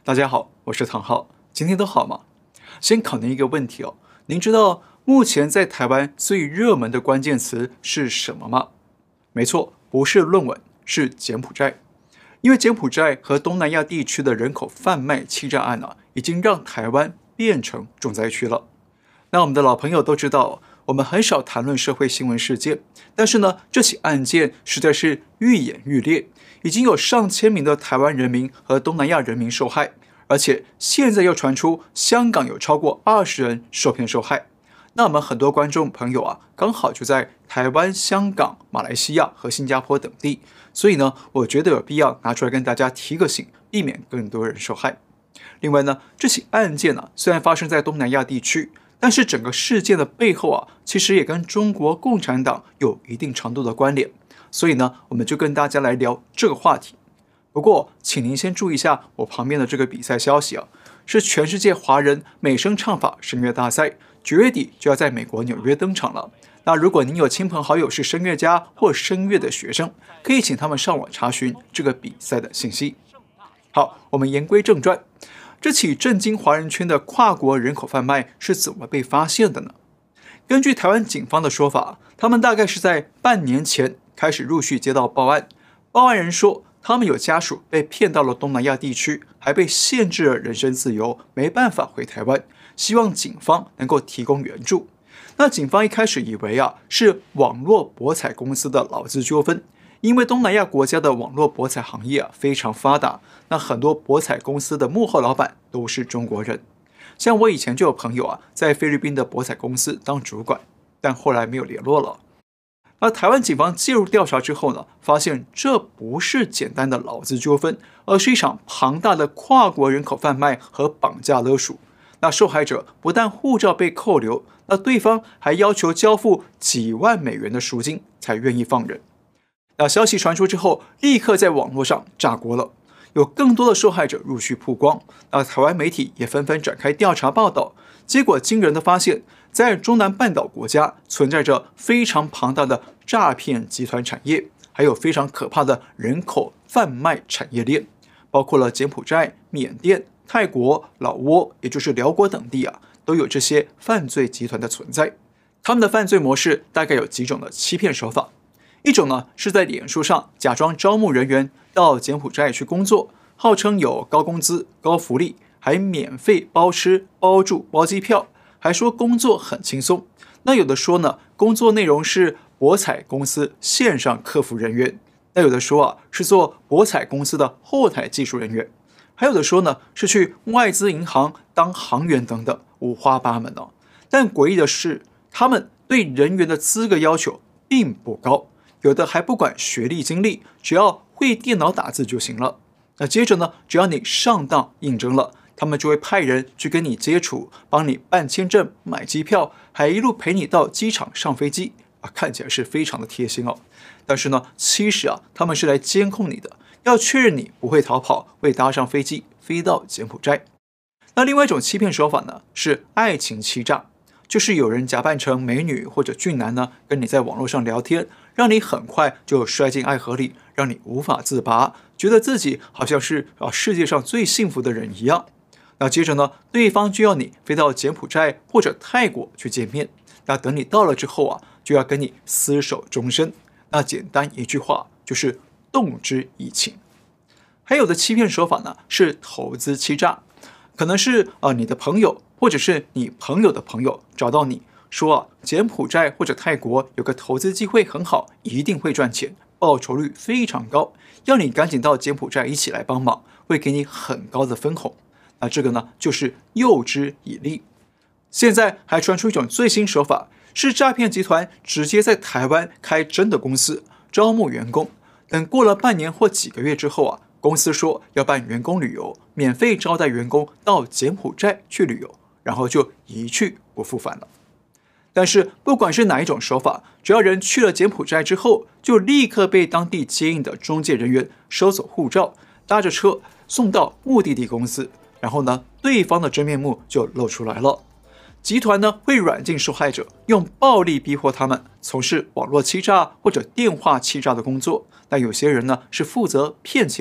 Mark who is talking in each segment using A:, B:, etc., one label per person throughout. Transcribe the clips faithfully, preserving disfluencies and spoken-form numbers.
A: 大家好，我是唐浩，今天都好吗？先考您一个问题哦，您知道目前在台湾最热门的关键词是什么吗？没错，不是论文，是柬埔寨。因为柬埔寨和东南亚地区的人口贩卖欺诈案啊，已经让台湾变成重灾区了。那我们的老朋友都知道，我们很少谈论社会新闻事件，但是呢，这起案件实在是愈演愈烈，已经有上千名的台湾人民和东南亚人民受害，而且现在又传出香港有超过二十人受骗受害。那我们很多观众朋友啊，刚好就在台湾、香港、马来西亚和新加坡等地，所以呢，我觉得有必要拿出来跟大家提个醒，避免更多人受害。另外呢，这起案件呢、啊，虽然发生在东南亚地区，但是整个事件的背后啊，其实也跟中国共产党有一定程度的关联。所以呢，我们就跟大家来聊这个话题。不过，请您先注意一下我旁边的这个比赛消息啊，是全世界华人美声唱法声乐大赛，九月底就要在美国纽约登场了。那如果您有亲朋好友是声乐家或声乐的学生，可以请他们上网查询这个比赛的信息。好，我们言归正传，这起震惊华人圈的跨国人口贩卖是怎么被发现的呢？根据台湾警方的说法，他们大概是在半年前开始陆续接到报案，报案人说他们有家属被骗到了东南亚地区，还被限制了人身自由，没办法回台湾，希望警方能够提供援助。那警方一开始以为啊是网络博彩公司的劳资纠纷，因为东南亚国家的网络博彩行业啊非常发达，那很多博彩公司的幕后老板都是中国人。像我以前就有朋友啊在菲律宾的博彩公司当主管，但后来没有联络了。而台湾警方介入调查之后呢，发现这不是简单的劳资纠纷，而是一场庞大的跨国人口贩卖和绑架勒赎。那受害者不但护照被扣留，那对方还要求交付几万美元的赎金才愿意放人。那消息传出之后，立刻在网络上炸锅了，有更多的受害者陆续曝光。那台湾媒体也纷纷展开调查报道，结果惊人的发现，在中南半岛国家存在着非常庞大的诈骗集团产业，还有非常可怕的人口贩卖产业链，包括了柬埔寨、缅甸、泰国、老挝，也就是辽国等地啊，都有这些犯罪集团的存在。他们的犯罪模式大概有几种的欺骗手法。一种呢是在脸书上假装招募人员到柬埔寨去工作，号称有高工资、高福利，还免费包吃、包住、包机票，还说工作很轻松。那有的说呢，工作内容是博彩公司线上客服人员；那有的说啊，是做博彩公司的后台技术人员；还有的说呢，是去外资银行当行员等等，五花八门哦。但诡异的是，他们对人员的资格要求并不高，有的还不管学历经历，只要会电脑打字就行了。那接着呢，只要你上当应征了，他们就会派人去跟你接触，帮你办签证、买机票，还一路陪你到机场上飞机啊，看起来是非常的贴心哦。但是呢，其实啊，他们是来监控你的，要确认你不会逃跑，会搭上飞机飞到柬埔寨。那另外一种欺骗手法呢，是爱情欺诈，就是有人假扮成美女或者俊男呢，跟你在网络上聊天，让你很快就摔进爱河里，让你无法自拔，觉得自己好像是啊世界上最幸福的人一样。那接着呢，对方就要你飞到柬埔寨或者泰国去见面。那等你到了之后啊，就要跟你厮守终身。那简单一句话就是动之以情。还有的欺骗手法呢是投资欺诈，可能是啊、呃、你的朋友或者是你朋友的朋友找到你说啊，柬埔寨或者泰国有个投资机会很好，一定会赚钱，报酬率非常高，要你赶紧到柬埔寨一起来帮忙，会给你很高的分红。那这个呢，就是诱之以利。现在还传出一种最新手法，是诈骗集团直接在台湾开真的公司，招募员工。等过了半年或几个月之后啊，公司说要办员工旅游，免费招待员工到柬埔寨去旅游，然后就一去不复返了。但是不管是哪一种手法，只要人去了柬埔寨之后，就立刻被当地接应的中介人员收走护照，搭着车送到目的地公司。然后呢，对方的真面目就露出来了。集团呢会软禁受害者，用暴力逼迫他们从事网络欺诈或者电话欺诈的工作。但有些人呢是负责骗钱，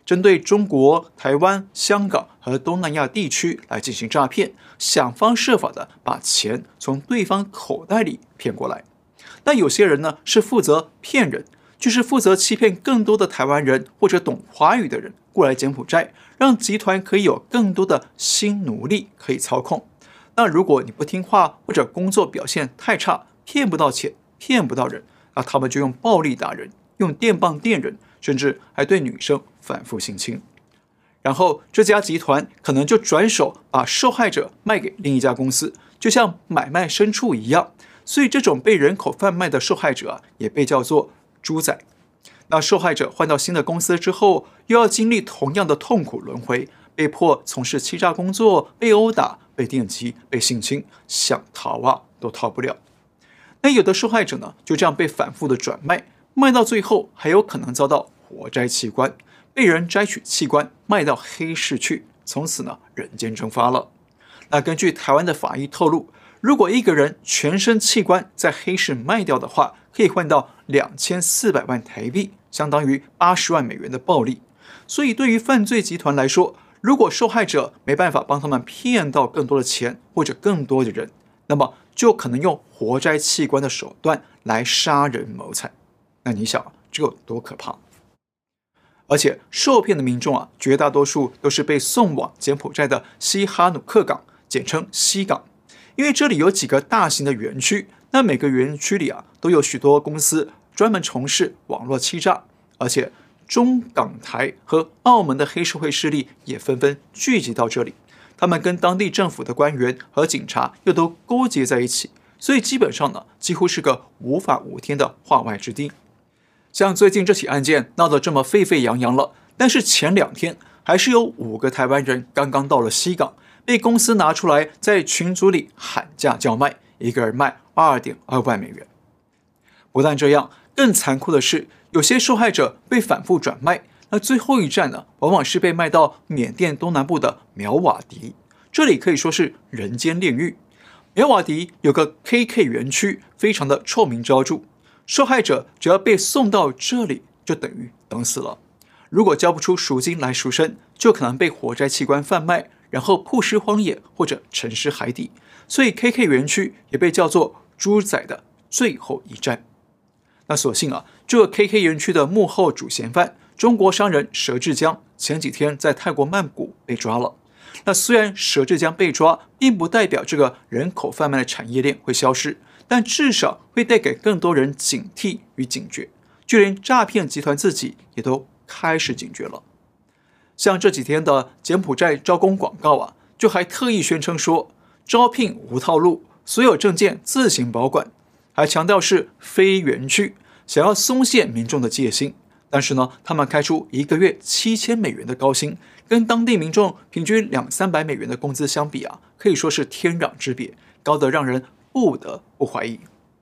A: 针对中国、台湾、香港和东南亚地区来进行诈骗，想方设法的把钱从对方口袋里骗过来。那有些人呢是负责骗人，就是负责欺骗更多的台湾人或者懂华语的人过来柬埔寨，让集团可以有更多的新奴隶可以操控。那如果你不听话或者工作表现太差，骗不到钱，骗不到人，那他们就用暴力打人，用电棒电人，甚至还对女生反复性侵。然后这家集团可能就转手把受害者卖给另一家公司，就像买卖牲畜一样。所以这种被人口贩卖的受害者啊，也被叫做猪仔。那受害者换到新的公司之后，又要经历同样的痛苦轮回，被迫从事欺诈工作，被殴打、被电击、被性侵，想逃啊都逃不了。那有的受害者呢，就这样被反复的转卖，卖到最后还有可能遭到活摘器官，被人摘取器官卖到黑市去，从此呢人间蒸发了。那根据台湾的法医透露，如果一个人全身器官在黑市卖掉的话，可以换到两千四百万台币，相当于八十万美元的暴利。所以对于犯罪集团来说，如果受害者没办法帮他们骗到更多的钱或者更多的人，那么就可能用活摘器官的手段来杀人谋财。那你想这有多可怕？而且受骗的民众啊，绝大多数都是被送往柬埔寨的西哈努克港，简称西港。因为这里有几个大型的园区，那每个园区里啊都有许多公司专门从事网络欺诈，而且中港台和澳门的黑社会势力也纷纷聚集到这里，他们跟当地政府的官员和警察又都勾结在一起，所以基本上呢几乎是个无法无天的化外之地。像最近这起案件闹得这么沸沸扬扬了，但是前两天还是有五个台湾人刚刚到了西港，被公司拿出来在群组里喊价叫卖，一个人卖 二点二万美元。不但这样，更残酷的是，有些受害者被反复转卖，那最后一站呢，往往是被卖到缅甸东南部的苗瓦迪，这里可以说是人间炼狱。苗瓦迪有个 K K 园区，非常的臭名昭著，受害者只要被送到这里，就等于等死了。如果交不出赎金来赎身，就可能被活摘器官贩卖，然后曝尸荒野或者沉尸海底。所以 K K 园区也被叫做猪仔的最后一站。那所幸啊，这个 K K 园区的幕后主嫌犯中国商人佘志江前几天在泰国曼谷被抓了。那虽然佘志江被抓，并不代表这个人口贩卖的产业链会消失，但至少会带给更多人警惕与警觉，就连诈骗集团自己也都开始警觉了。像这几天的柬埔寨招工广告啊，就还特意宣称说招聘无套路，所有证件自行保管，还强调是非园区，想要松懈民众的戒心。但是呢，他们开出一个月七千美元的高薪，跟当地民众平均两三百美元的工资相比啊，可以说是天壤之别，高得让人不得不怀疑。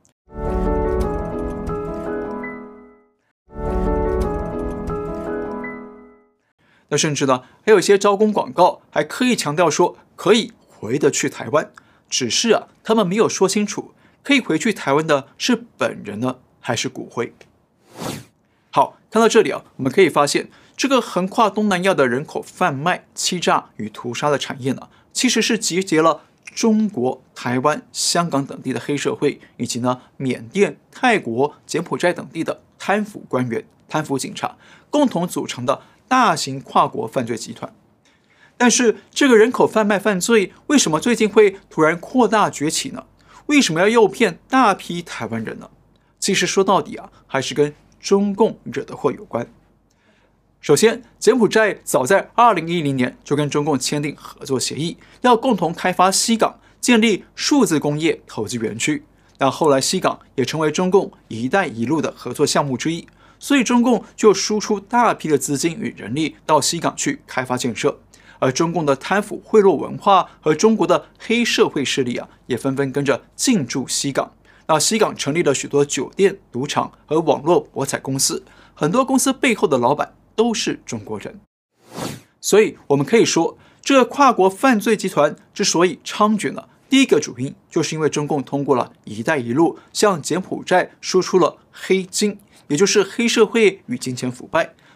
A: 那甚至呢，还有一些招工广告还刻意强调说可以回得去台湾，只是啊，他们没有说清楚可以回去台湾的是本人呢，还是骨灰。好，看到这里啊，我们可以发现，这个横跨东南亚的人口贩卖、欺诈与屠杀的产业呢，其实是集结了中国、台湾、香港等地的黑社会，以及呢缅甸、泰国、柬埔寨等地的贪腐官员、贪腐警察共同组成的大型跨国犯罪集团。但是，这个人口贩卖犯罪为什么最近会突然扩大崛起呢？为什么要诱骗大批台湾人呢？其实说到底啊，还是跟中共惹的祸有关。首先，柬埔寨早在二零一零年就跟中共签订合作协议，要共同开发西港，建立数字工业投资园区。那后来西港也成为中共“一带一路”的合作项目之一，所以中共就输出大批的资金与人力到西港去开发建设。而中共的贪腐贿赂文化和中国的黑社会势力啊，也纷纷跟着进驻西港。那西港成立了许多酒店、赌场和网络博彩公司，很多公司背后的老板都是中国人。所以我们可以说，这个跨国犯罪集团之所以猖獗呢，第一个主因就是因为中共通过了“一带一路”，向柬埔寨输出了黑金，也就是黑社会与金钱腐败，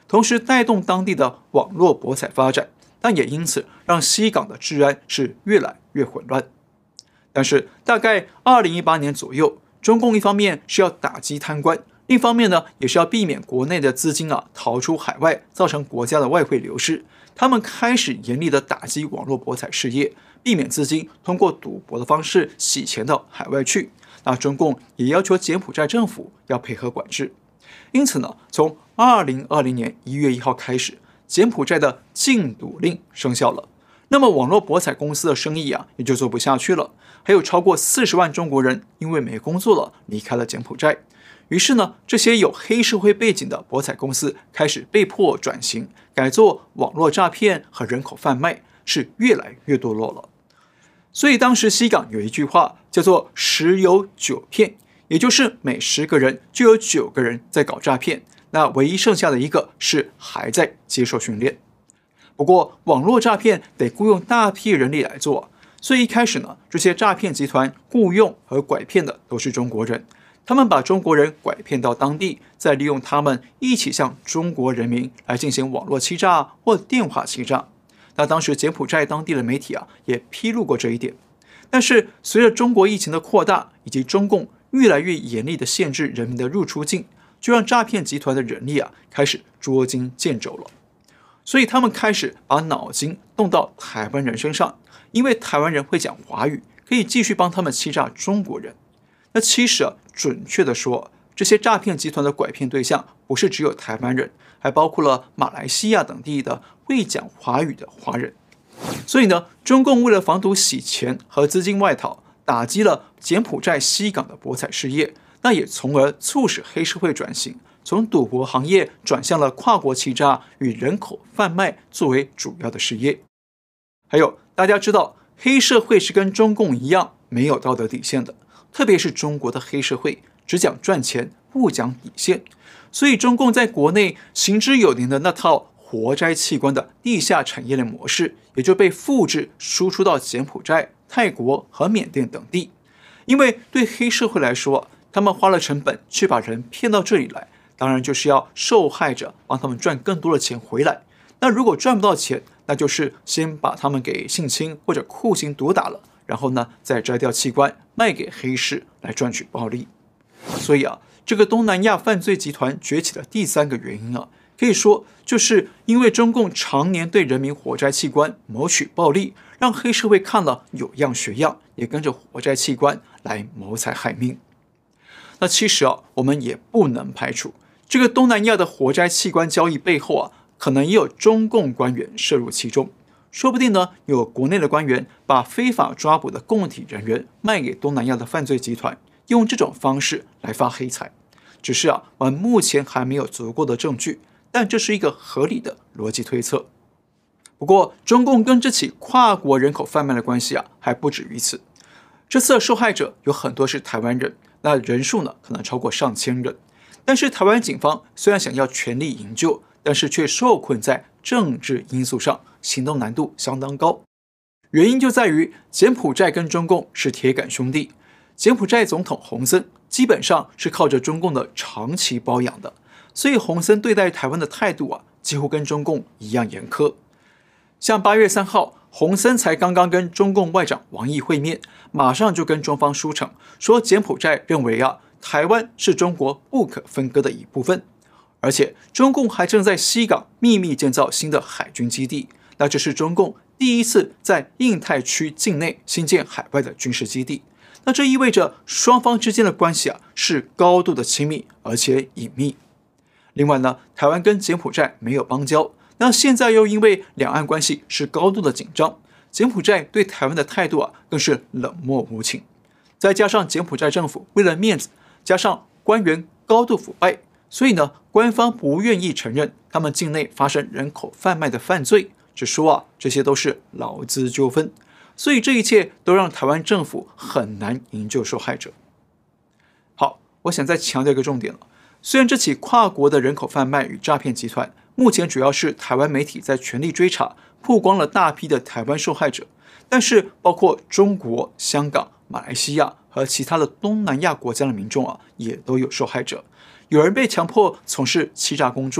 A: 同时带动当地的网络博彩发展，但也因此让西港的治安是越来越混乱。但是大概二零一八年左右，中共一方面是要打击贪官，另一方面呢，也是要避免国内的资金啊逃出海外，造成国家的外汇流失。他们开始严厉的打击网络博彩事业，避免资金通过赌博的方式洗钱到海外去。那中共也要求柬埔寨政府要配合管制。因此呢，从二零二零年一月一号开始，柬埔寨的禁赌令生效了。那么网络博彩公司的生意啊，也就做不下去了。还有超过四十万中国人因为没工作了，离开了柬埔寨。于是呢，这些有黑社会背景的博彩公司开始被迫转型，改做网络诈骗和人口贩卖，是越来越堕落了。所以当时西港有一句话叫做十有九骗，也就是每十个人就有九个人在搞诈骗，那唯一剩下的一个是还在接受训练。不过网络诈骗得雇佣大批人力来做，所以一开始呢，这些诈骗集团雇佣和拐骗的都是中国人。他们把中国人拐骗到当地，再利用他们一起向中国人民来进行网络欺诈或电话欺诈。那当时柬埔寨当地的媒体啊也披露过这一点。但是随着中国疫情的扩大，以及中共越来越严厉的限制人民的入出境，就让诈骗集团的人力啊开始捉襟见肘了。所以他们开始把脑筋动到台湾人身上，因为台湾人会讲华语，可以继续帮他们欺诈中国人。那其实啊，准确的说，这些诈骗集团的拐骗对象不是只有台湾人，还包括了马来西亚等地的会讲华语的华人。所以呢，中共为了防堵洗钱和资金外逃，打击了柬埔寨西港的博彩事业，那也从而促使黑社会转型，从赌博行业转向了跨国欺诈与人口贩卖作为主要的事业。还有，大家知道，黑社会是跟中共一样没有道德底线的。特别是中国的黑社会只讲赚钱，不讲底线，所以中共在国内行之有年的那套活摘器官的地下产业链模式，也就被复制输出到柬埔寨、泰国和缅甸等地。因为对黑社会来说，他们花了成本去把人骗到这里来，当然就是要受害者帮他们赚更多的钱回来。那如果赚不到钱，那就是先把他们给性侵或者酷刑毒打了，然后呢，再摘掉器官卖给黑市来赚取暴利。所以啊，这个东南亚犯罪集团崛起的第三个原因啊，可以说就是因为中共常年对人民活摘器官谋取暴利，让黑社会看了有样学样，也跟着活摘器官来谋财害命。那其实啊，我们也不能排除这个东南亚的活摘器官交易背后啊，可能也有中共官员涉入其中。说不定呢，有国内的官员把非法抓捕的共体人员卖给东南亚的犯罪集团，用这种方式来发黑财。只是啊，我们目前还没有足够的证据，但这是一个合理的逻辑推测。不过，中共跟这起跨国人口贩卖的关系啊，还不止于此。这次的受害者有很多是台湾人，那人数呢，可能超过上千人。但是台湾警方虽然想要全力营救，但是却受困在政治因素上，行动难度相当高。原因就在于柬埔寨跟中共是铁杆兄弟，柬埔寨总统洪森基本上是靠着中共的长期包养的，所以洪森对待台湾的态度啊，几乎跟中共一样严苛。像八月三号，洪森才刚刚跟中共外长王毅会面，马上就跟中方书城说，柬埔寨认为啊，台湾是中国不可分割的一部分。而且中共还正在西港秘密建造新的海军基地，那这是中共第一次在印太区境内新建海外的军事基地。那这意味着双方之间的关系啊是高度的亲密而且隐秘。另外呢，台湾跟柬埔寨没有邦交，那现在又因为两岸关系是高度的紧张，柬埔寨对台湾的态度啊更是冷漠无情。再加上柬埔寨政府为了面子，加上官员高度腐败，所以呢，官方不愿意承认他们境内发生人口贩卖的犯罪，只说啊这些都是劳资纠纷。所以这一切都让台湾政府很难营救受害者。好，我想再强调一个重点了。虽然这起跨国的人口贩卖与诈骗集团目前主要是台湾媒体在全力追查，曝光了大批的台湾受害者，但是包括中国、香港、马来西亚和其他的东南亚国家的民众啊，也都有受害者。有人被强迫从事欺诈工作，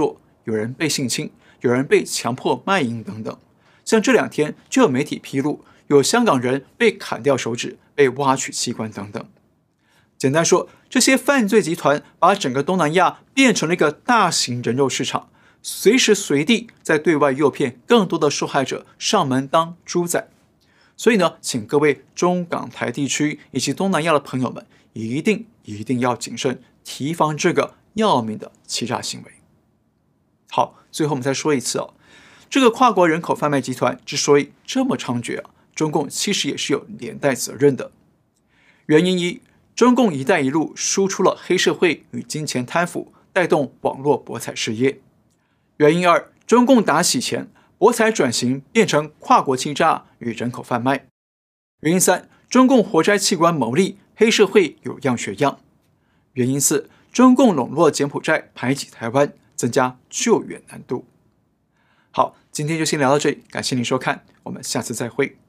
A: 有人被性侵，有人被强迫卖淫等等。像这两天就有媒体披露，有香港人被砍掉手指、被挖取器官等等。简单说，这些犯罪集团把整个东南亚变成了一个大型人肉市场，随时随地在对外诱骗更多的受害者上门当猪仔。所以呢，请各位中港台地区以及东南亚的朋友们，一定一定要谨慎，提防这个要命的欺诈行为。好，最后我们再说一次哦，这个跨国人口贩卖集团之所以这么猖獗啊，中共其实也是有连带责任的。原因一，中共“一带一路”输出了黑社会与金钱贪腐，带动网络博彩事业。原因二，中共打洗钱，博彩转型变成跨国欺诈与人口贩卖。原因三，中共活摘器官牟利，黑社会有样学样。原因四，中共笼络柬埔寨，排挤台湾，增加救援难度。好，今天就先聊到这里，感谢您收看，我们下次再会。